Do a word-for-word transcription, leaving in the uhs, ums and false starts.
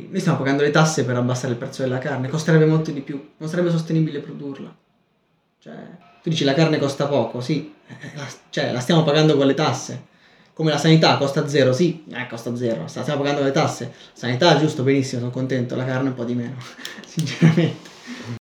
noi stiamo pagando le tasse per abbassare il prezzo della carne, costerebbe molto di più, non sarebbe sostenibile produrla. Cioè, tu dici la carne costa poco, sì, eh, la, cioè la stiamo pagando con le tasse. Come la sanità costa zero, sì, eh, costa zero, la stiamo pagando con le tasse. Sanità, giusto, benissimo, sono contento, la carne un po' di meno, sinceramente.